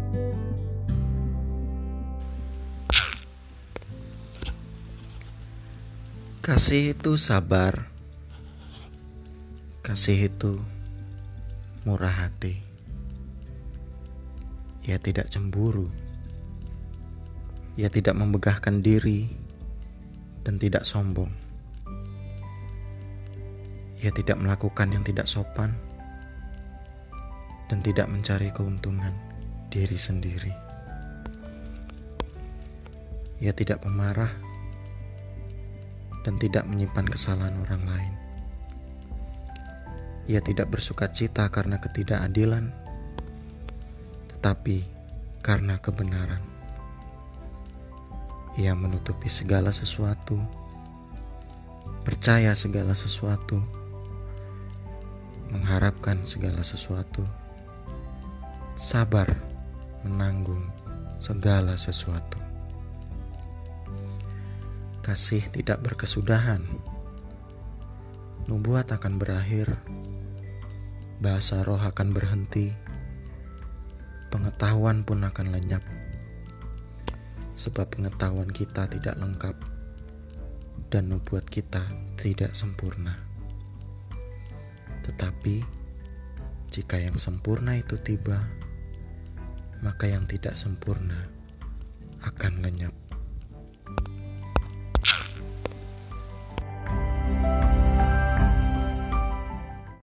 Kasih itu sabar, kasih itu murah hati. Ia tidak cemburu, ia tidak membegahkan diri, dan tidak sombong. Ia tidak melakukan yang tidak sopan, dan tidak mencari keuntungan diri sendiri. Ia tidak pemarah, dan tidak menyimpan kesalahan orang lain. Ia tidak bersukacita karena ketidakadilan, tetapi karena kebenaran. Ia menutupi segala sesuatu, percaya segala sesuatu, mengharapkan segala sesuatu, sabar menanggung segala sesuatu. Kasih tidak berkesudahan, nubuat akan berakhir, bahasa roh akan berhenti, pengetahuan pun akan lenyap, sebab pengetahuan kita tidak lengkap dan nubuat kita tidak sempurna. Tetapi jika yang sempurna itu tiba, maka yang tidak sempurna akan lenyap.